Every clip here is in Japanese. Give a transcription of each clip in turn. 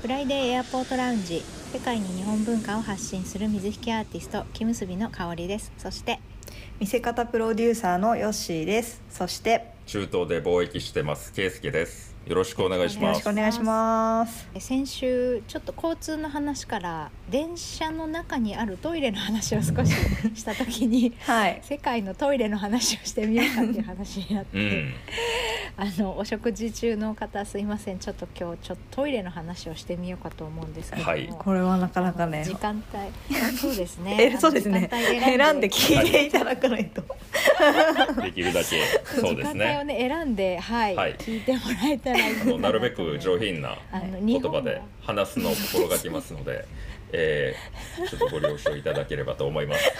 フライデーエアポートラウンジ、世界に日本文化を発信する水引アーティスト木結びの香りです。そして見せ方プロデューサーのヨッシーです。そして中東で貿易してますケイスケです。よろしくお願いします。 よろしくお願いします。 先週ちょっと交通の話から電車の中にあるトイレの話を少しした時に、 はい、 世界のトイレの話をしてみようかっていう話になって、お食事中の方すいません、ちょっと今日ちょっとトイレの話をしてみようかと思うんですけども、 はい、 これはなかなかね時間帯そうですねそうですね、選んで聞いていただかないとできるだけそうですね、 時間帯をね選んで、聞いてもらえたらいいななるべく上品な言葉で話すのを心がけますので、ちょっとご了承いただければと思います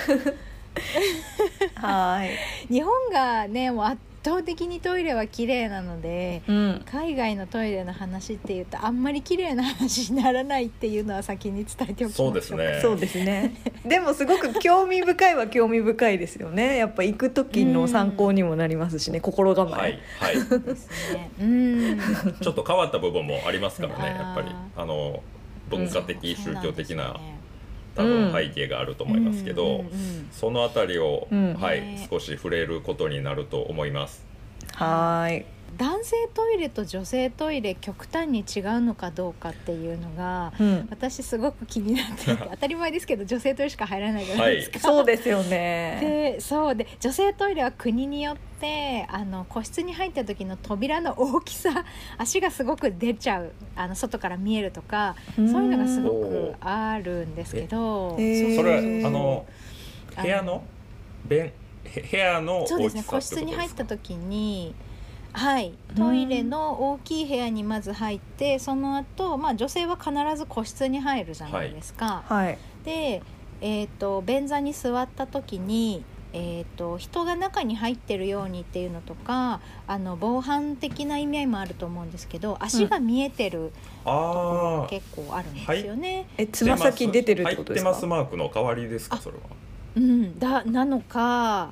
はい、日本がねもう圧倒的にトイレは綺麗なので、海外のトイレの話っていうとあんまり綺麗な話にならないっていうのは先に伝えておきましょうか。 そうですねでもすごく興味深いは興味深いですよね。やっぱ行く時の参考にもなりますしね、心構え、 ですねちょっと変わった部分もありますからね、やっぱり文化的、宗教的な多分背景があると思いますけど、そのあたりを、少し触れることになると思います。 はい。 男性トイレと女性トイレ極端に違うのかどうかっていうのが、私すごく気になっていて当たり前ですけど女性トイレしか入らないじゃないですか、 そうですよね。 で女性トイレは国によって個室に入った時の扉の大きさ、足がすごく出ちゃう、外から見えるとか、そういうのがすごくあるんですけど、 それは部屋の部屋の大きさってことですか？ そうですね、個室に入った時にトイレの大きい部屋にまず入って、その後、女性は必ず個室に入るじゃないですか、で、便座に座った時に、人が中に入ってるようにっていうのとか、防犯的な意味合いもあると思うんですけど、足が見えてるところが結構あるんですよね。 つま先出てるってことですか？ 入ってますマークの代わりですか、それは。 なのか、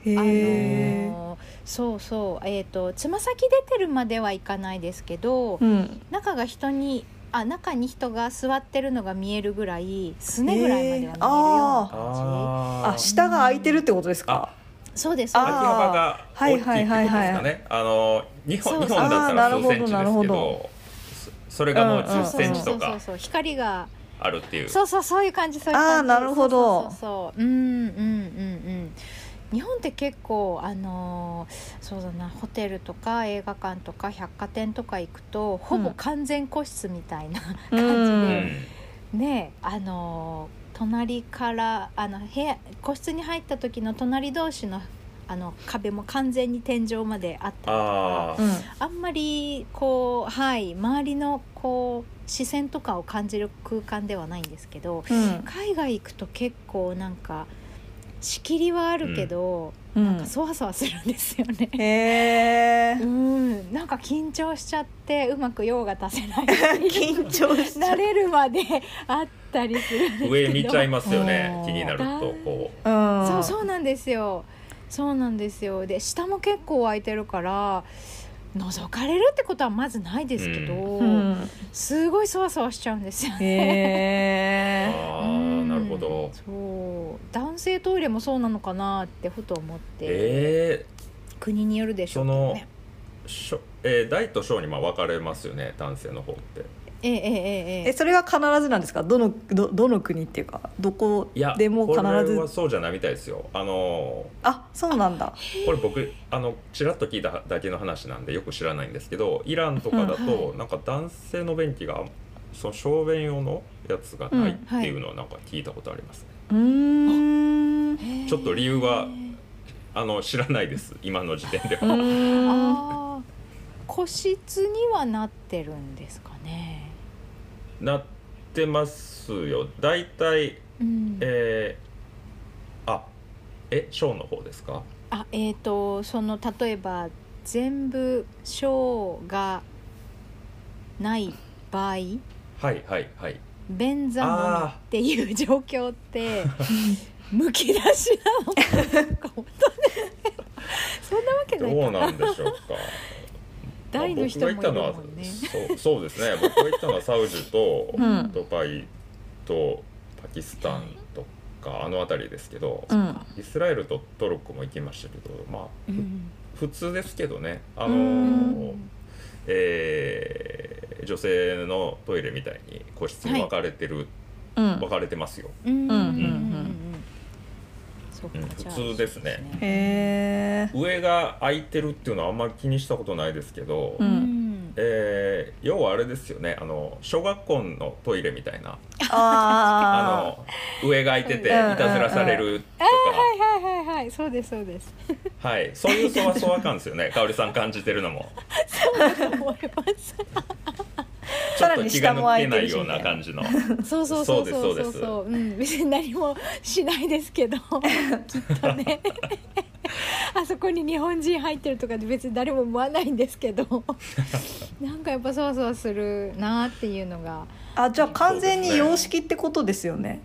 つま先出てるまではいかないですけど、中に人が座ってるのが見えるぐらい、すねぐらいまでは見えるような感じ。 下が空いてるってことですか？ そうです。 空き幅が大きいってことですかね。日本だったら数センチですけど、それがもう10センチとか光があるっていう。 そういう感じ。 なるほど。 日本って結構そうだな、ホテルとか映画館とか百貨店とか行くと、ほぼ完全個室みたいな感じで、ね、隣から個室に入った時の隣同士の壁も完全に天井まであったりとか、あんまりこう、周りのこう視線とかを感じる空間ではないんですけど、海外行くと結構なんか仕切りはあるけど、なんかそわそわするんですよね。なんか緊張しちゃってうまく用が足せない緊張しちゃう慣れるまであったりするんですけど、 上見ちゃいますよね、気になるとこう。そうなんですよ。で下も結構空いてるから覗かれるってことはまずないですけど、すごいそわそわしちゃうんですよね。 なるほど。 男性トイレもそうなのかなってふと思って、国によるでしょうね。 大と小に分かれますよね、男性の方って。 それは必ずなんですか？どの国っていうか、どこでも必ず。 これはそうじゃないみたいですよ。 そうなんだ。 これ僕ちらっと聞いただけの話なんでよく知らないんですけど、イランとかだと、なんか男性の便器がその小便用のやつがないっていうのはなんか聞いたことありますね。ちょっと理由は知らないです、今の時点では。 個室にはなってるんですかね。 なってますよ、だいたい。小の方ですか？ その例えば全部小がない場合、便座のみっていう状況ってむき出しなのか本当にそんなわけないか。 どうなんでしょうか。 大の人もいるもんね。 そうですね。僕が行ったのはサウジとうんドバイとパキスタンとかあの辺りですけど、 うんイスラエルとトルコも行きましたけど、まあうん普通ですけどね。 ん女性のトイレみたいに個室に分かれてる、 うん分かれてますよ。 うんうんそうか普じゃあ通ですね。 へえ上が空いてるっていうのはあんまり気にしたことないですけど、 うん要はあれですよね、小学校のトイレみたいなあ上が空いてていうんたずらされるとはいはいはいはい、そうですそうです。 か、はい、そういうそわそわ感ですよね。香織さん感じてるのも思います。 ちょっと気が抜けないような感じの。 そうそうそうそうそうですそう、うん、別に何もしないですけどきっとねあそこに日本人入ってるとかで別に誰も思わないんですけどなんかやっぱそわそわするなっていうのが。 じゃあ完全に洋式ってことですよね。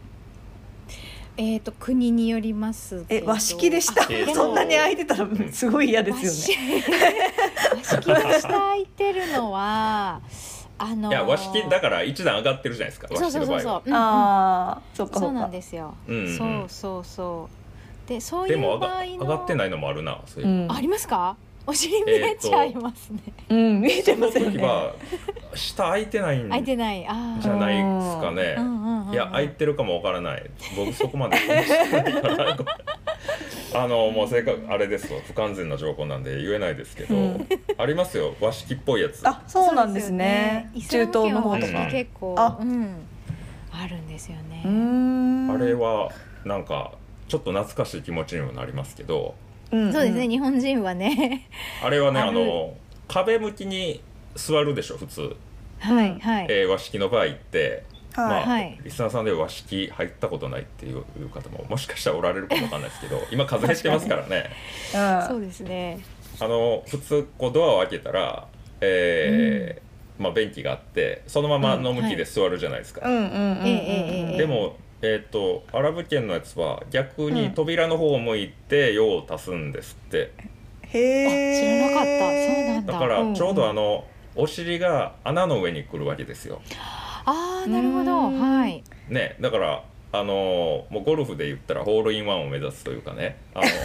国によりますけど。 和式でしたでもそんなに空いてたらすごい嫌ですよね。 和式で下空いてるのはいや和式だから一段上がってるじゃないですか、和式の場合は。 そっかそうなんですよ、 うんうんそうそうそうでそういでもう場合の上がってないのもあるな。そういうありますか？お尻見えちゃいますね、 うん見えてますそよね。 の時は下空いてないん空いてない。あじゃないですかね。いや空いてるかもわからない。僕そこまで気にしてないからもう正確あれですわ、不完全な情報なんで言えないですけど、ありますよ和式っぽいやつ。 そうなんですね。中東の方とかとか結構あるんですよね。 あれはなんかちょっと懐かしい気持ちにもなりますけど、 そうですね、日本人はねあれはね壁向きに座るでしょ普通。 はいはい、 和式の場合ってリスナーさんで和式入ったことないっていう方ももしかしたらおられるかもわかんないですけど今風邪ひいてますからねそうですね。 普通ドアを開けたら、便器があってそのままの向きで座るじゃないですか。でもアラブ圏のやつは逆に扉の方を向いて用を足すんですって。 へ知らなかった。そうなんだ。 だからちょうどお尻が穴の上に来るわけですよ。 なるほど。はいね、だからもうゴルフで言ったらホールインワンを目指すというかね、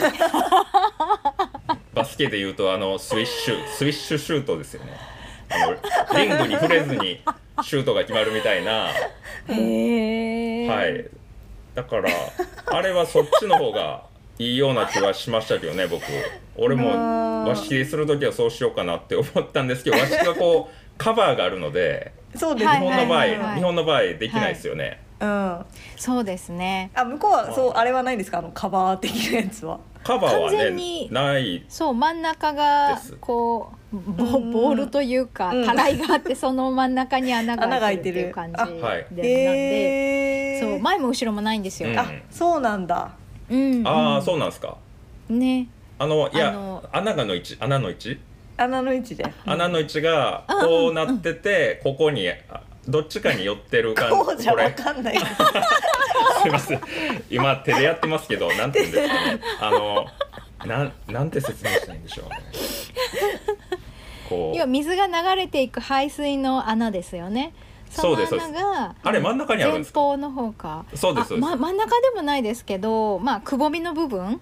バスケで言うとスイッシュシュートですよね。リングに触れずにシュートが決まるみたいな。はい、だからあれはそっちの方がいいような気はしましたけどね。俺も和式するときはそうしようかなって思ったんですけど、和式はこうカバーがあるのでそうです日本の場合できないですよね。 そうですね。 向こうはそうあれはないんですか、カバー的なやつは。 カバーは完全ねにない。 そう真ん中がこうボールというかたらいがあってその真ん中に穴が開いてるっていう感じで、なんでそう前も後ろもないんですよ。 そうなんだ。 そうなんですかね。 いや穴の位置穴の位置で穴の位置がこうなっててここにどっちかに寄ってる感じ。 こうじゃ分かんないすいません今手でやってますけどなんて言うんですかねなんて説明したらいいんでしょうね。こう要は水が流れていく排水の穴ですよね。その穴があれ真ん中にあるんですか？ 前方の方か。 そうですそうです。 真ん中でもないですけどくぼみの部分。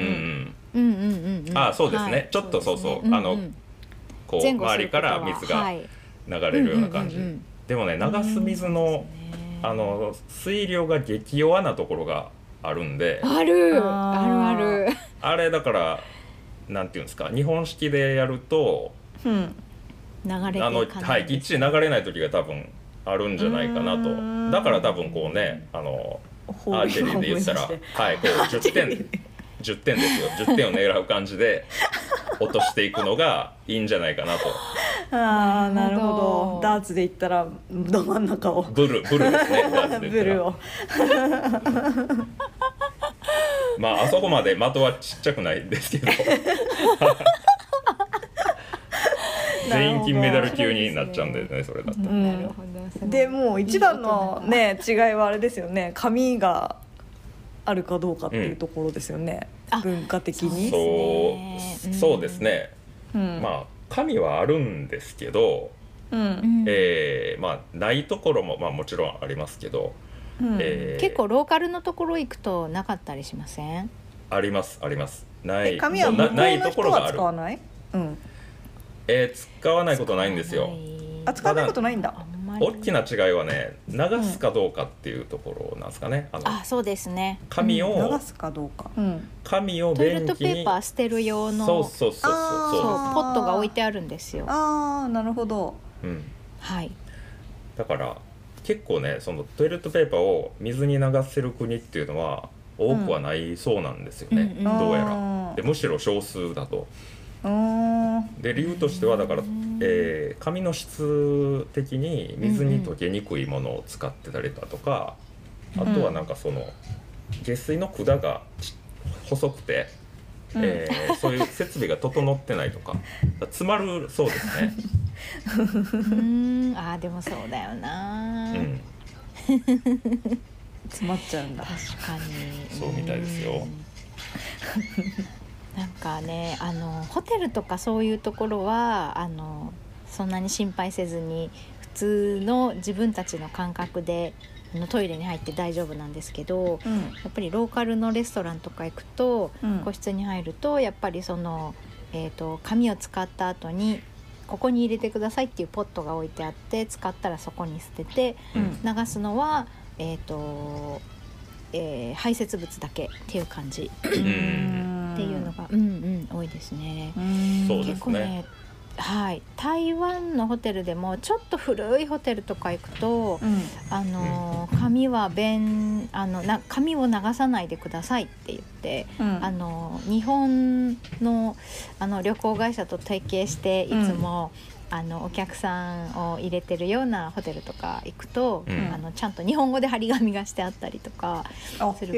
そうですね。ちょっとそうこう周りから水が流れるような感じ。でもね流す水の水量が激弱なところがあるんで。 あるあれだからなんていうんですか、日本式でやると流れていかない。 きっちり流れない時が多分あるんじゃないかなと。だから多分こうねアーチェリーで言ったらこう10点ですよ。10点を狙う感じで落としていくのがいいんじゃないかなと。 なるほど。ダーツで言ったらど真ん中をブルですね。ダーツで言ったらブルをあそこまで的はちっちゃくないですけど全員金メダル級になっちゃうんだよねそれだと。 でもう一番のね違いはあれですよね、紙があるかどうかっていうところですよね、文化的に。 そうですね。 紙はあるんですけど、まあないところも、まあ、もちろんありますけど、 結構ローカルのところ行くとなかったりしません？ ありますあります。ない紙は向こうないの人ところがある。 は使わない？ 使わないことないんですよ。 使わないことないんだ。 大きな違いはね、流すかどうかっていうところなんですかね。 そうですね。 紙を、 流すかどうか。 紙をトイレッ便器に、 トペーパー捨てる用のそうポットが置いてあるんですよ。 なるほど。 はい。 だから結構ね、そのトイレットペーパーを水に流せる国っていうのは多くはないそうなんですよね、どうやら。でむしろ少数だと。で理由としてはだから、紙の質的に水に溶けにくいものを使ってたりだとか、あとはなんかその下水の管が細くて、そういう設備が整ってないとか詰まるそうですね。 でもそうだよな、 詰まっちゃうんだ。 確かにそうみたいですよ。 なんかね、ホテルとかそういうところはそんなに心配せずに普通の自分たちの感覚でトイレに入って大丈夫なんですけど、やっぱりローカルのレストランとか行くと、個室に入るとやっぱりその、紙を使った後にここに入れてくださいっていうポットが置いてあって、使ったらそこに捨てて、流すのは排泄物だけっていう感じっていうのが、多いですね。 そうですね。 結構ね、はい、台湾のホテルでもちょっと古いホテルとか行くと、紙は紙を流さないでくださいって言って、日本の旅行会社と提携していつも、お客さんを入れてるようなホテルとか行くと、ちゃんと日本語で張り紙がしてあったりとかすることもある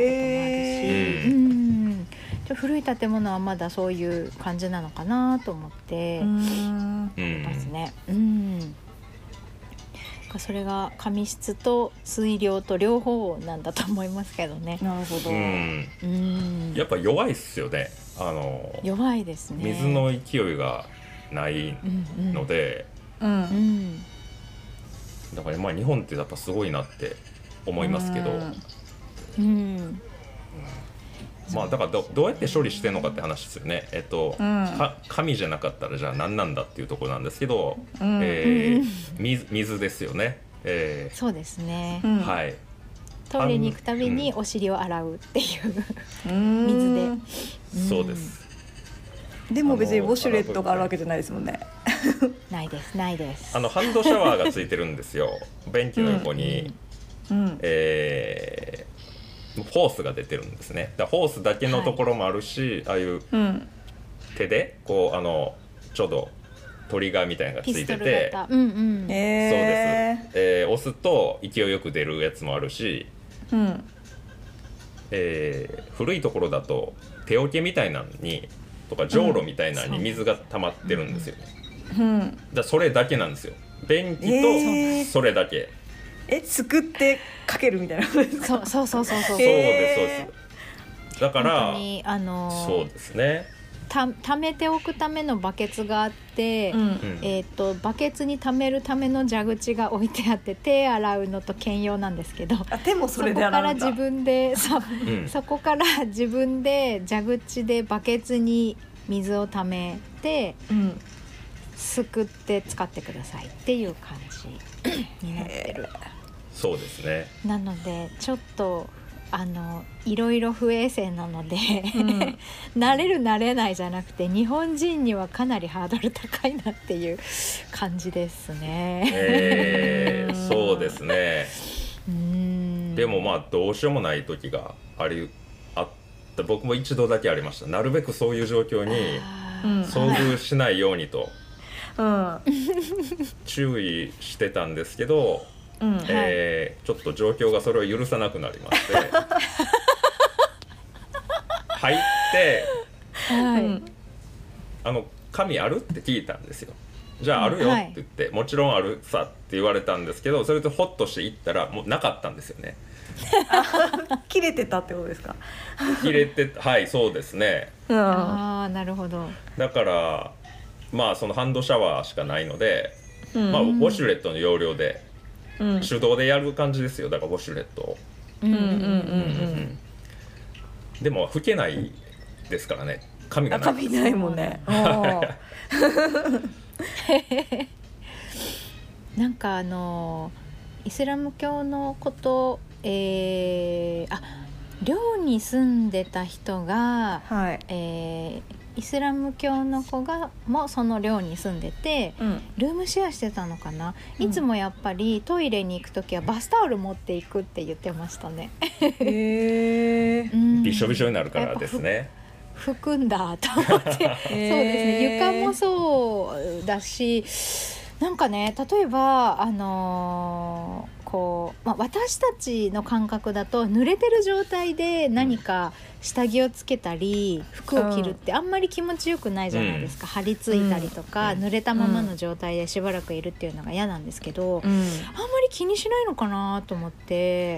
し、古い建物はまだそういう感じなのかなと思ってますね。それが紙質と水量と両方なんだと思いますけどね。 なるほど。 やっぱ弱いっすよね。 弱いですね。 水の勢いがないので、だからまあ日本ってやっぱすごいなって思いますけど、まあだからどうやって処理してんのかって話ですよね。紙じゃなかったらじゃあ何なんだっていうところなんですけど、水ですよね。 そうですね。 はい。 トイレに行くたびにお尻を洗うっていう水で。 そうです。 でも別にウォシュレットがあるわけじゃないですもんね。 ないですないです。 ハンドシャワーがついてるんですよ。便器の横に、ホースが出てるんですね。だホースだけのところもあるし、ああいう手でこうちょうどトリガーみたいなのがついてて、そうです。押すと勢いよく出るやつもあるし、古いところだと手桶みたいなのにとかじょうろみたいなのに水が溜まってるんですよね。だそれだけなんですよ。便器とそれだけ。 すくってかけるみたいなことですか？ そうですそうです。だからそうですね。 溜めておくためのバケツがあって、バケツに溜めるための蛇口が置いてあって、手洗うのと兼用なんですけど、 手もそれで洗うんだ。 そこから自分でそこから自分で蛇口でバケツに水を溜めて、すくって使ってくださいっていう感じになってる。 そうですね。 なのでちょっといろいろ不衛生なので、慣れる慣れないじゃなくて日本人にはかなりハードル高いなっていう感じですね。 そうですね。でもまあどうしようもない時があった僕も一度だけありました。なるべくそういう状況に遭遇しないようにと注意してたんですけど、ちょっと状況がそれを許さなくなりまして入って、紙あるって聞いたんですよ。じゃああるよって言って、もちろんあるさって言われたんですけど、それとホッとして行ったらもうなかったんですよね。 切れてたってことですか？ 切れて、はい、そうですね。 なるほど。 だからまあそのハンドシャワーしかないので、 うんまあウォシュレットの要領で、 うん手動でやる感じですよ。だからウォシュレットを、 うんうんうんでも拭けないですからね、髪がない髪ないもんね。 なんかイスラム教のこと、寮に住んでた人が、 はい。 イスラム教の子がもその寮に住んでて、ルームシェアしてたのかな、いつもやっぱりトイレに行くときはバスタオル持っていくって言ってましたね。 へー。 びしょびしょになるからですね。 拭くんだと思ってそうですね、床もそうだし、なんかね、例えば私たちの感覚だと濡れてる状態で何か下着をつけたり服を着るってあんまり気持ちよくないじゃないですか、張り付いたりとか、濡れたままの状態でしばらくいるっていうのが嫌なんですけど、あんまり気にしないのかなと思って、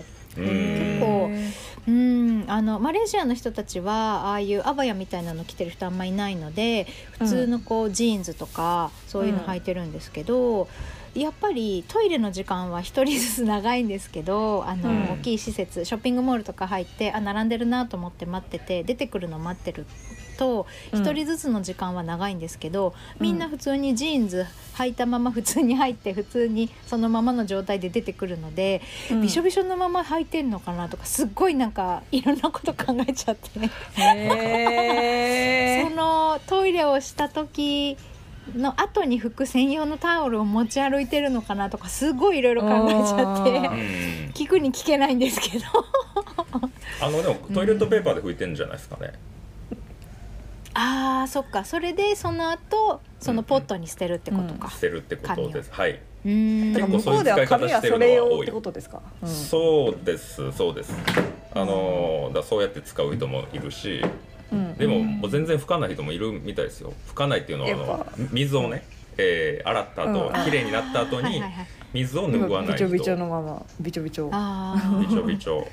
結構マレーシアの人たちはああいうアバヤみたいなの着てる人あんまりいないので、普通のジーンズとかそういうの履いてるんですけど、やっぱりトイレの時間は一人ずつ長いんですけど、大きい施設ショッピングモールとか入って並んでるなと思って待ってて、出てくるの待ってると一人ずつの時間は長いんですけど、みんな普通にジーンズ履いたまま普通に入って普通にそのままの状態で出てくるので、びしょびしょのまま履いてんのかなとか、すっごいなんかいろんなこと考えちゃってそのトイレをした時の後に拭く専用のタオルを持ち歩いてるのかなとか、すごいいろいろ考えちゃって聞くに聞けないんですけどでもトイレットペーパーで拭いてるんじゃないですかね。 そっか、それでその後そのポットに捨てるってことか、 捨てるってことです。はい。 結構そういう使い方してるのは多いってことですか。 そうですそうです。だそうやって使う人もいるし、でも、もう全然拭かない人もいるみたいですよ。拭かないっていうのは水をね、洗った後、きれいになった後に水を拭わない人、 びちょびちょのままびちょびちょびちょびちょ、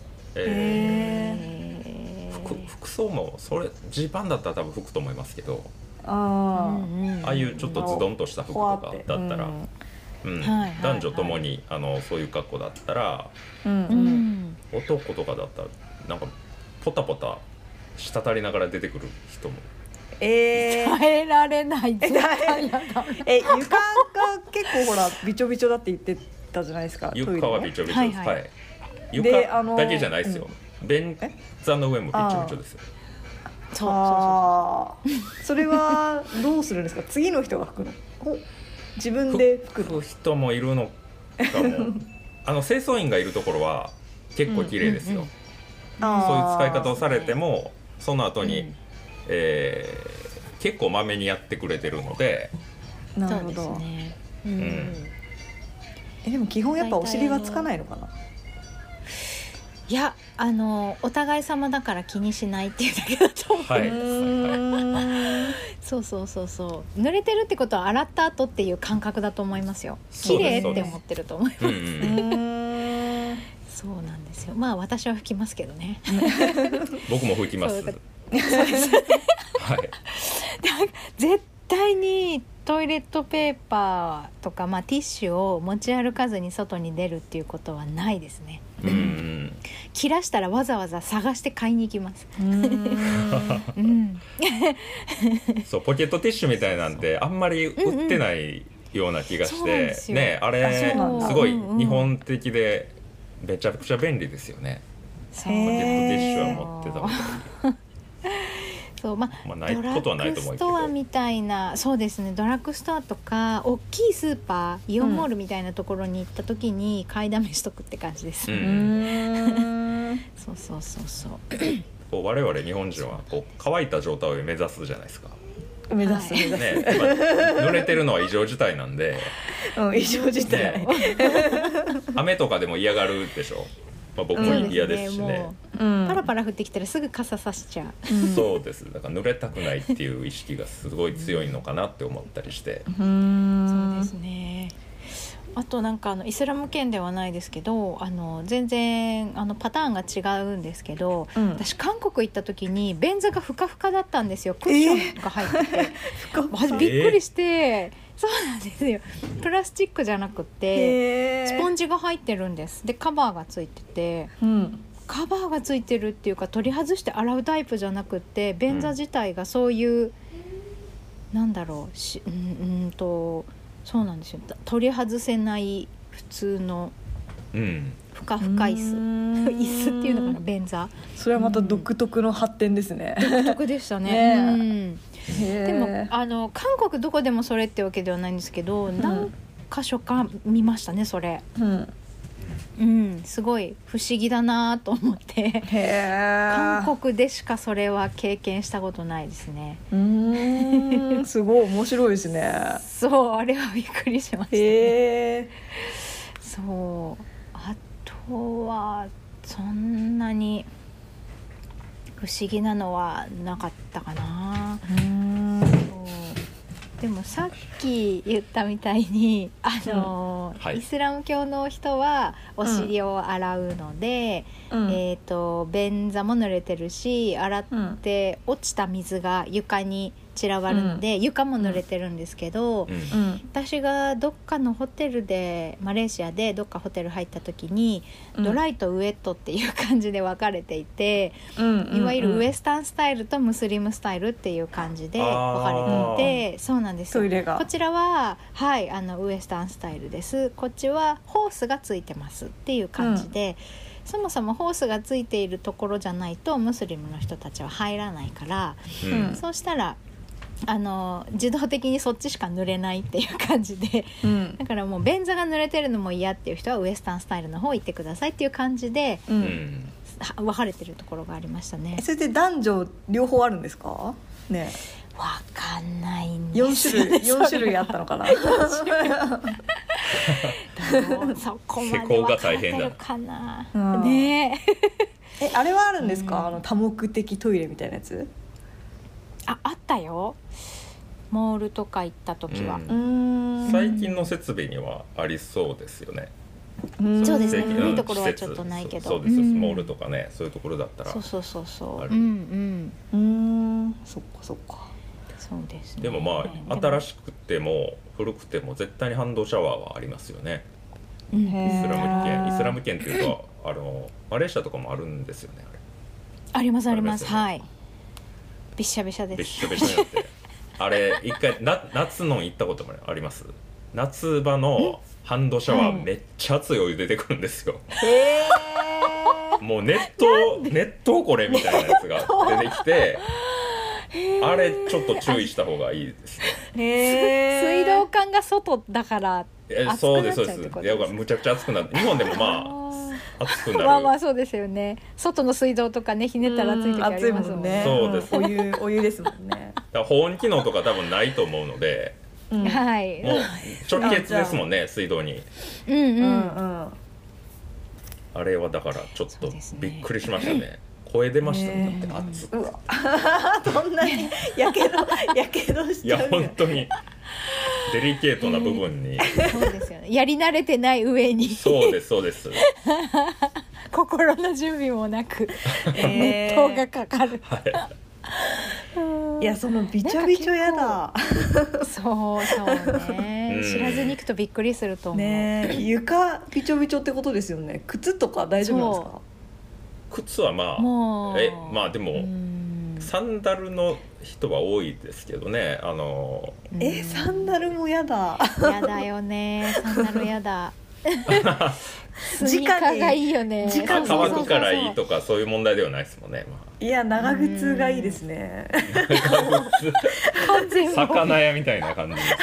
服装もそれジーパンだったら多分拭くと思いますけど、ああいうちょっとズドンとした服とかだったら、男女ともにそういう格好だったら、男とかだったらなんかポタポタ滴りながら出てくる人も耐えられない絶対やだ床が結構ほらびちょびちょだって言ってたじゃないですか。 床はびちょびちょです。はい。床だけじゃないですよ。便座の上もびちょびちょですよ。 それはどうするんですか。次の人が拭くの？自分で拭く人もいるのかも。清掃員がいるところは結構綺麗ですよ。そういう使い方をされてもその後に、結構まめにやってくれてるので。 なるほど。でも基本やっぱお尻はつかないのかな。 いやお互い様だから気にしないっていうだけだと思う。そう濡れてるってことは洗った後っていう感覚だと思いますよ。綺麗って思ってると思います。そうなんですよ。まあ私は拭きますけどね。 僕も拭きます。 絶対にトイレットペーパーとか、ティッシュを持ち歩かずに外に出るっていうことはないですね。切らしたらわざわざ探して買いに行きます。 そうポケットティッシュみたいなんであんまり売ってないような気がしてね、あれすごい日本的でめちゃくちゃ便利ですよね。ポケットティッシュは持ってた方がいい。 そうないことはないと思うけど、ドラッグストアみたいな、そうですね、ドラッグストアとか大きいスーパーイオンモールみたいなところに行った時に買いだめしとくって感じです。そう我々日本人は乾いた状態を目指すじゃないですか。 目指すね。 濡れてるのは異常事態なんで、 異常事態、 雨とかでも嫌がるでしょ。僕も嫌ですしね。 パラパラ降ってきたらすぐ傘さしちゃう。 そうです。だから濡れたくないっていう意識がすごい強いのかなって思ったりして。 そうですね。 あとなんかイスラム圏ではないですけど全然パターンが違うんですけど、私韓国行った時に便座がふかふかだったんですよ。クッションが入ってて、びっくりして、そうなんですよ。プラスチックじゃなくてスポンジが入ってるんです。でカバーがついてて、カバーがついてるっていうか取り外して洗うタイプじゃなくて便座自体がそういう、なんだろうそうなんですよ。取り外せない普通のふかふか椅子椅子っていうのかな、便座。 それはまた独特の発展ですね。 独特でしたね。でも韓国どこでもそれってわけではないんですけど、何箇所か見ましたねそれ。すごい不思議だなと思って韓国でしかそれは経験したことないですね。 すごい面白いですね。 そう、あれはびっくりしましたね。そう、あとはそんなに不思議なのはなかったかな。でもさっき言ったみたいにイスラム教の人はお尻を洗うので、便座も濡れてるし、洗って落ちた水が床に散らばるので、床も濡れてるんですけど、私がどっかのホテルでマレーシアでどっかホテル入った時に、ドライとウエットっていう感じで分かれていて、いわゆるウエスタンスタイルとムスリムスタイルっていう感じで分かれていて、そうなんですよ。こちらはウエスタンスタイルです。こっちはホースがついてますっていう感じで、そもそもホースがついているところじゃないとムスリムの人たちは入らないから、そうしたら自動的にそっちしか濡れないっていう感じで、だからもう便座が濡れてるのも嫌っていう人はウエスタンスタイルの方行ってくださいっていう感じで、分かれてるところがありましたね。 それで男女両方あるんですかね。 分かんないんです 4種類あったのかな。 そこまで分かれてるかな、ね。 あれはあるんですか、多目的トイレみたいなやつ。 あったよ、モールとか行った時は。 最近の設備にはありそうですよね。 そうですね、古いところはちょっとないけど、 そうです、モールとかね、そういうところだったらそうそっかそっか。 そうですね。 でも新しくても古くても絶対にハンドシャワーはありますよね。イスラム圏っていうとマレーシアとかもあるんですよね。 ありますあります、はい。びっしゃびしゃです。 びっしゃびしゃになってあれ一回夏の行ったこともあります。夏場のハンドシャワーめっちゃ熱いお湯出てくるんですよ。もう熱湯これみたいなやつが出てきてあれちょっと注意した方がいいですね。 水道管が外だから熱くなっちゃうってことですか。 むちゃくちゃ熱くなって、日本でも熱くなるそうですよね。外の水道とかね、ひねったら熱い時ありますもんね。 そうです、 お湯ですもんね。 だから保温機能とか多分ないと思うので、もう直結ですもんね、水道に。あれはだからちょっとびっくりしましたね。声出ましたね。だって熱く。 どんなにやけどしちゃう。 いや本当にデリケートな部分に。 そうですよね。やり慣れてない上に。 そうです。 心の準備もなく熱湯がかかる。 いや、そのびちょびちょやだ。 そうね。知らずに行くとびっくりすると思う。 床びちょびちょってことですよね。靴とか大丈夫なんですか？ 靴はでもサンダルの人は多いですけどね。 サンダルもやだ。 やだよね、サンダルやだ。スニーカーがいいよね。 乾くからいいとかそういう問題ではないですもんね。 いや、長靴がいいですね。 長靴魚屋みたいな感じですね。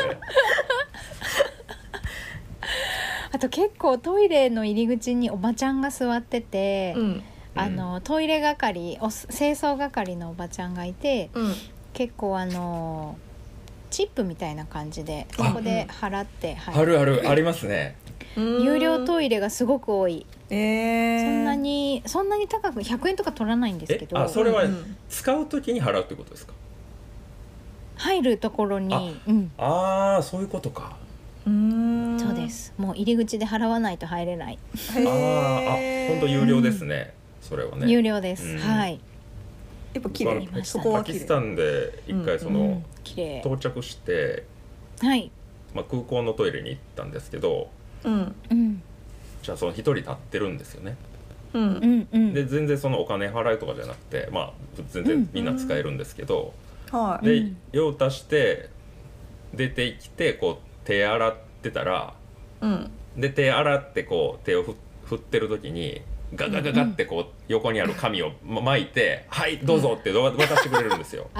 あと結構トイレの入り口におばちゃんが座ってて、トイレ係、清掃係のおばちゃんがいて、結構チップみたいな感じでここで払ってありますね。 有料トイレがすごく多い。そんなに高く100円とか取らないんですけど。 それは使うときに払うってことですか？ 入るところに。 そういうことか。 そうでです。もう入り口で払わないと入れない。 本当有料ですね、それはね。 有料です。はい。 やっぱ綺麗。 そこはパキスタンで一回到着して、 はい。 空港のトイレに行ったんですけど、じゃあその一人立ってるんですよね。で全然そのお金払いとかじゃなくて、全然みんな使えるんですけど、で用足して出てきてこう手洗ってたら、で手洗ってこう手を振ってる時にガガガガってこう横にある紙を巻いて「はいどうぞ」って渡してくれるんですよ。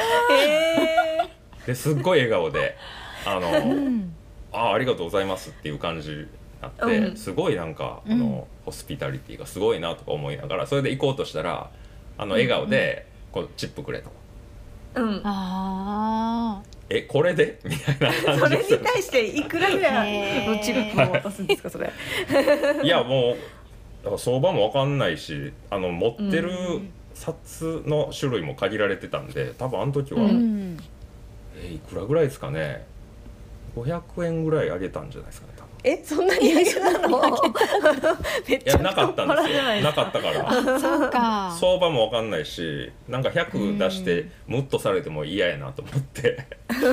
ですっごい笑顔でありがとうございますっていう感じになって、すごいなんかホスピタリティがすごいなとか思いながら、それで行こうとしたら笑顔でこうチップくれと。これでみたいな感じ。 それに対していくらぐらいのチップを渡すんですかそれ。 いやもう相場も分かんないし、持ってる札の種類も限られてたんで、多分あの時は、いくらぐらいですかね、500円ぐらいあげたんじゃないですかね。 そんなにあげたの？めっちゃなかったんですよ。なかったからそうか。 相場も分かんないし、なんか100出してムッとされても嫌やなと思って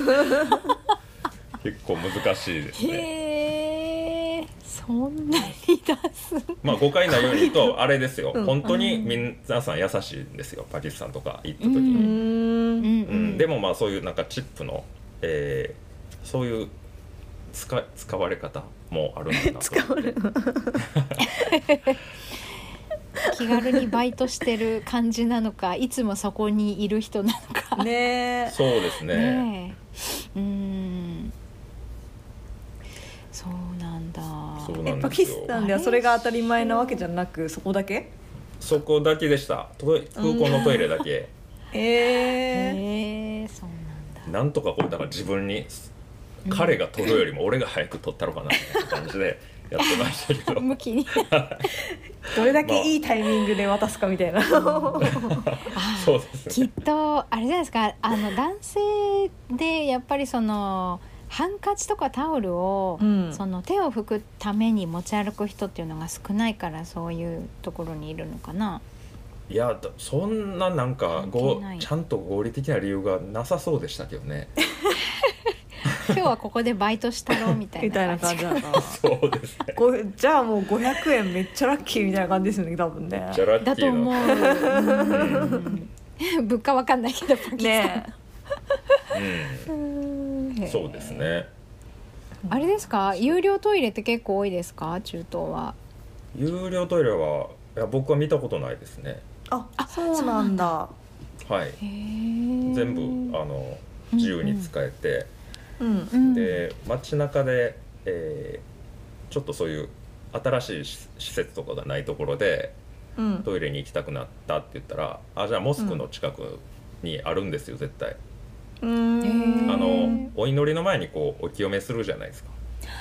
結構難しいですね。 そんなに出す。 誤解ないように言うとあれですよ、本当に皆さん優しいんですよ、パキスタンとか行った時に。でもそういうなんかチップの、そういう使われ方もあるんだなと思って気軽にバイトしてる感じなのか、いつもそこにいる人なのかね。 そうですね。 そうなんだ。 パキスタンではそれが当たり前なわけじゃなく、そこだけ？ そこだけでした。空港のトイレだけ。 そうなんだ。 なんとかこうだから自分に彼が取るよりも俺が早く取ったのかなみたいな感じでやってましたけど向きにどれだけいいタイミングで渡すかみたいなそうですね。 きっとあれじゃないですか、男性でやっぱりそのハンカチとかタオルを、その手を拭くために持ち歩く人っていうのが少ないから、そういうところにいるのかな。 いやそんななんかちゃんと合理的な理由がなさそうでしたけどね今日はここでバイトしたろみたいな感じだな。そうですね。じゃあもう500円めっちゃラッキーみたいな感じですよね、多分ね。 だと思う。物価わかんないけどパキスタンね。 そうですね。 あれですか、有料トイレって結構多いですか、中東は。 有料トイレはいや僕は見たことないですね。 そうなんだ。 はい。全部自由に使えて、で街中で、ちょっとそういう新しい施設とかがないところで、トイレに行きたくなったって言ったら、じゃあモスクの近くにあるんですよ絶対。お祈りの前にこうお清めするじゃないですか。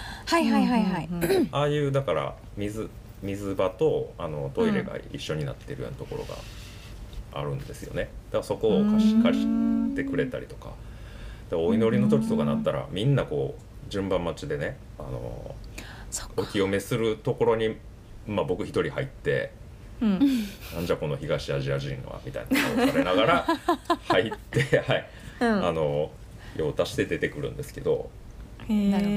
ああいうだから水場とトイレが一緒になってるようなところがあるんですよね。だからそこを貸してくれたりとか、お祈りの時とかなったらみんなこう順番待ちでね、お清めするところに、僕一人入って、なんじゃこの東アジア人はみたいな顔されながら入って用足して出てくるんですけど。 なる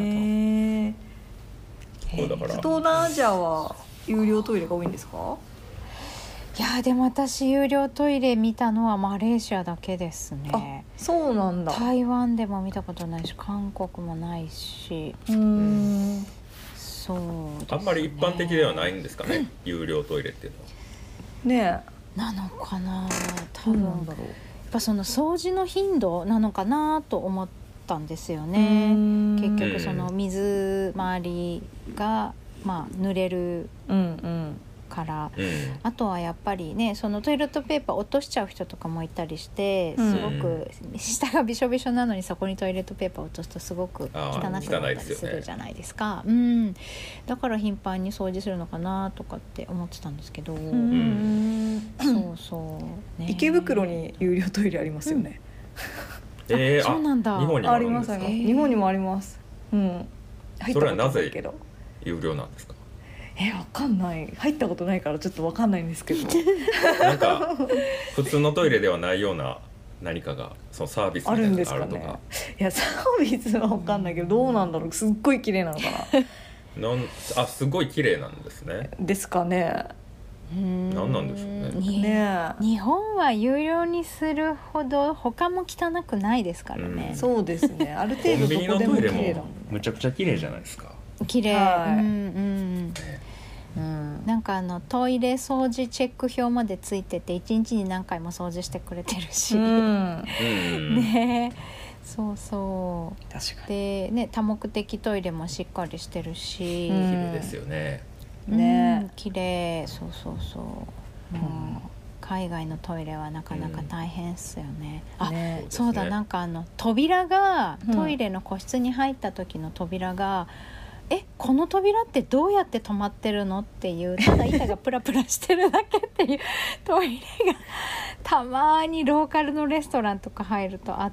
ほど。 だから東南アジアは有料トイレが多いんですか？ いやでも私有料トイレ見たのはマレーシアだけですね。 そうなんだ。 台湾でも見たことないし、韓国もないし。そうですね。 あんまり一般的ではないんですかね、有料トイレっていうのは。 ねえ。なのかな。多分やっぱその掃除の頻度なのかなと思ったんですよね。結局その水回りが濡れるから、あとはやっぱりね、そのトイレットペーパー落としちゃう人とかもいたりして、すごく下がびしょびしょなのにそこにトイレットペーパー落とすとすごく汚くなったりするじゃないですか。だから頻繁に掃除するのかなとかって思ってたんですけど、 池袋に有料トイレありますよね。 そうなんだ。 日本にもあるんですか？ 日本にもあります。 入ったことないけど。 有料なんですか？ わかんない、入ったことないからちょっとわかんないんですけどなんか普通のトイレではないような何かがそのサービスみたいなのがあるとか。 いやサービスはわかんないけど、どうなんだろう、すっごい綺麗なのかなすごい綺麗なんですね。 ですかね。 何なんでしょうね。 日本は有料にするほど他も汚くないですからね。 そうですね、ある程度どこでも綺麗だもんね。 むちゃくちゃ綺麗じゃないですか。 綺麗、 はいなんかトイレ掃除チェック表までついてて1日に何回も掃除してくれてるし、ね、そうそう、 確かに。 でね、多目的トイレもしっかりしてるし、 綺麗ですよね。 綺麗、そうそうそう、もう海外のトイレはなかなか大変っすよね。そうだ、なんか扉が、トイレの個室に入った時の扉が、この扉ってどうやって止まってるのっていう、ただ板がプラプラしてるだけっていうトイレがたまにローカルのレストランとか入るとあって、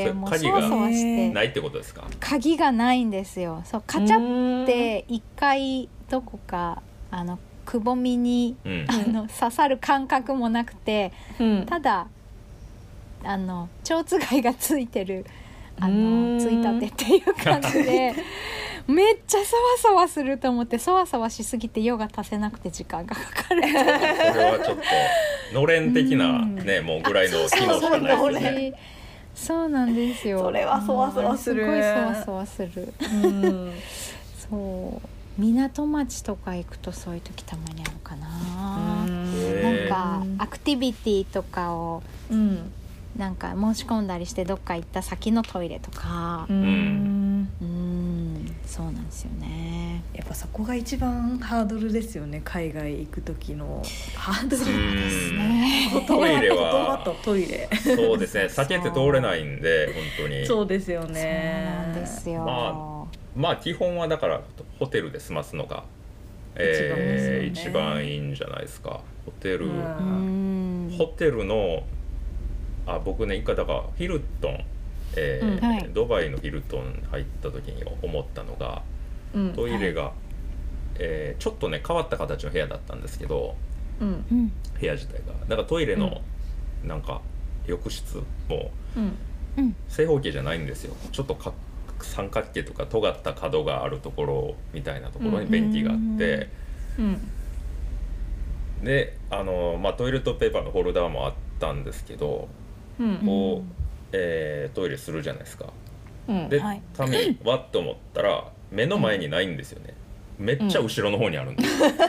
もうそわそわしてないってことですか？ 鍵がないんですよ。そう、カチャって一回どこかくぼみに、刺さる感覚もなくて、ただ蝶つがいがついてるついたてっていう感じでめっちゃそわそわすると思って、そわそわしすぎて用が足せなくて時間がかかる。それはちょっとのれん的なね、もうぐらいの機能しかないですね。 そうなんですよ。 それはそわそわする。 すごいそわそわする。そう、港町とか行くとそういう時たまにあるかな。なんかアクティビティとかをなんか申し込んだりしてどっか行った先のトイレとか、そうなんですよね。 やっぱそこが一番ハードルですよね、海外行く時のハードルですね。 トイレは言葉とトイレ、 そうですね、避けて通れないんで本当に。 そうですよね。 そうなんですよ。 まあ基本はだからホテルで済ますのが、一番いいんじゃないですか。ホテルの僕ね、一回だからヒルトン、ドバイのヒルトン入った時に思ったのが、トイレが、ちょっとね変わった形の部屋だったんですけど、部屋自体がだからトイレのなんか浴室も正方形じゃないんですよ。ちょっと三角形とか尖った角があるところみたいなところに便器があって、でトイレットペーパーのホルダーもあったんですけど、こう、トイレするじゃないですか。で、紙わっと思ったら目の前にないんですよね。めっちゃ後ろの方にあるんです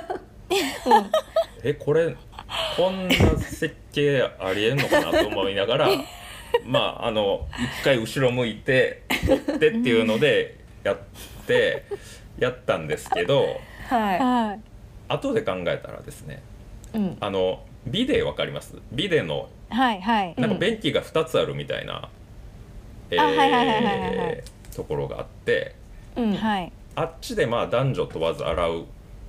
よ。これこんな設計ありえんのかなと思いながら一回後ろ向いて取ってっていうのでやったんですけど、後で考えたらですね、ビデわかります？ビデのなんか便器が2つあるみたいなところがあって、あっちで男女問わず洗う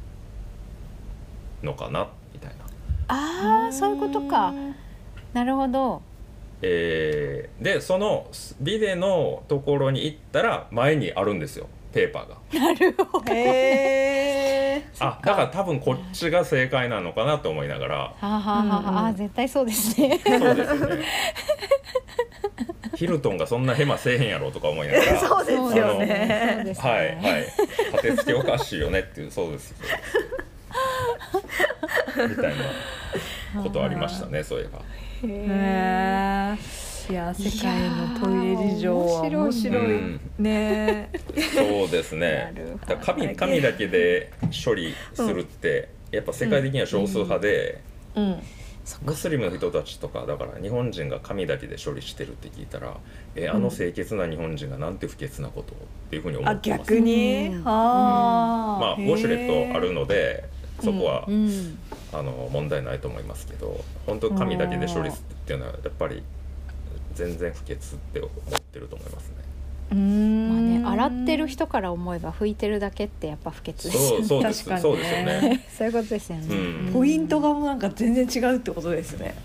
のかなみたいな。 そういうことか。なるほど。 でそのビデのところに行ったら前にあるんですよ、ペーパーが。 なるほど。 だから多分こっちが正解なのかなと思いながら。 絶対そうですね。 そうですよね。ヒルトンがそんなヘマせえへんやろとか思いながら。 そうですよね。 立て付けおかしいよねっていう、そうですみたいなことありましたね、そういえば。 いや、世界のトイレ事情は面白いね。 そうですね。紙だけで処理するってやっぱ世界的には少数派で、ムスリムの人たちとかだから日本人が紙だけで処理してるって聞いたら、清潔な日本人がなんて不潔なことをっていうふうに思ってます。 逆に、 ウォシュレットあるのでそこは、問題ないと思いますけど、本当紙だけで処理するっていうのはやっぱり全然不潔って思ってると思いますね。 洗ってる人から思えば拭いてるだけってやっぱ不潔ですよね。 そうですよね。 そういうことですよね。 ポイントがなんか全然違うってことですね。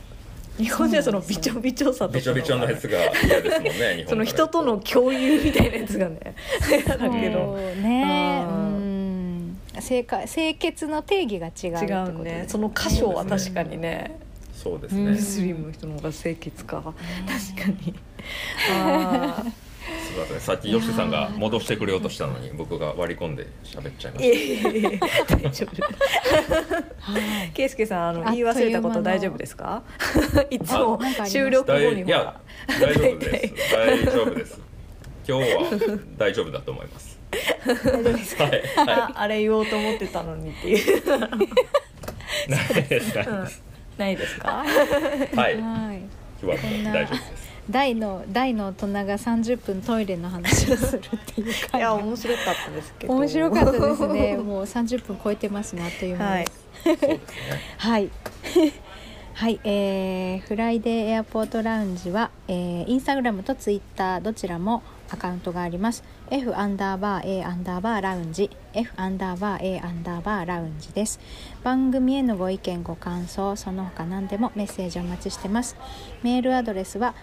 日本ではそのびちょびちょさとかびちょびちょのやつが嫌ですもんね。日本その人との共有みたいなやつがね嫌だけどね、清潔の定義が違うってことですね。 違うね。その箇所は確かにね、 そうですね。 ムスリムの人の方が清潔か、確かに。あすみません、さっき吉さんが戻してくれようとしたのに僕が割り込んで喋っちゃいまいしえいえ大丈夫。圭介さん言い忘れたこと大丈夫ですか？いつも収録後にいや大丈夫です大丈夫です。今日は大丈夫だと思います。 大丈夫ですか？ はいあれ言おうと思ってたのにっていう。 ないですないですか？ はい。 はい今日は大丈夫です。 大の大人が30分トイレの話をするっていういや面白かったですけど。 面白かったですね。もう30分超えてますね、あっという間です。 そうですね。 はいはい、フライデーエアポートラウンジは、インスタグラムとツイッターどちらもアカウントがあります。F_A_ラウンジ F_A_ラウンジです。番組へのご意見ご感想その他何でもメッセージお待ちしてます。メールアドレスは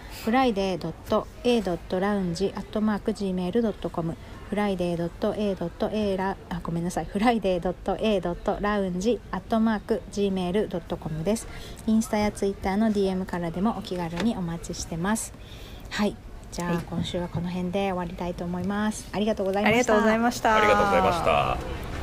friday.a.lounge@gmail.com friday.a.lounge@gmail.com です。インスタやツイッターの DM からでもお気軽にお待ちしてます。はい、じゃあ今週はこの辺で終わりたいと思います。ありがとうございました。 ありがとうございました。 ありがとうございました。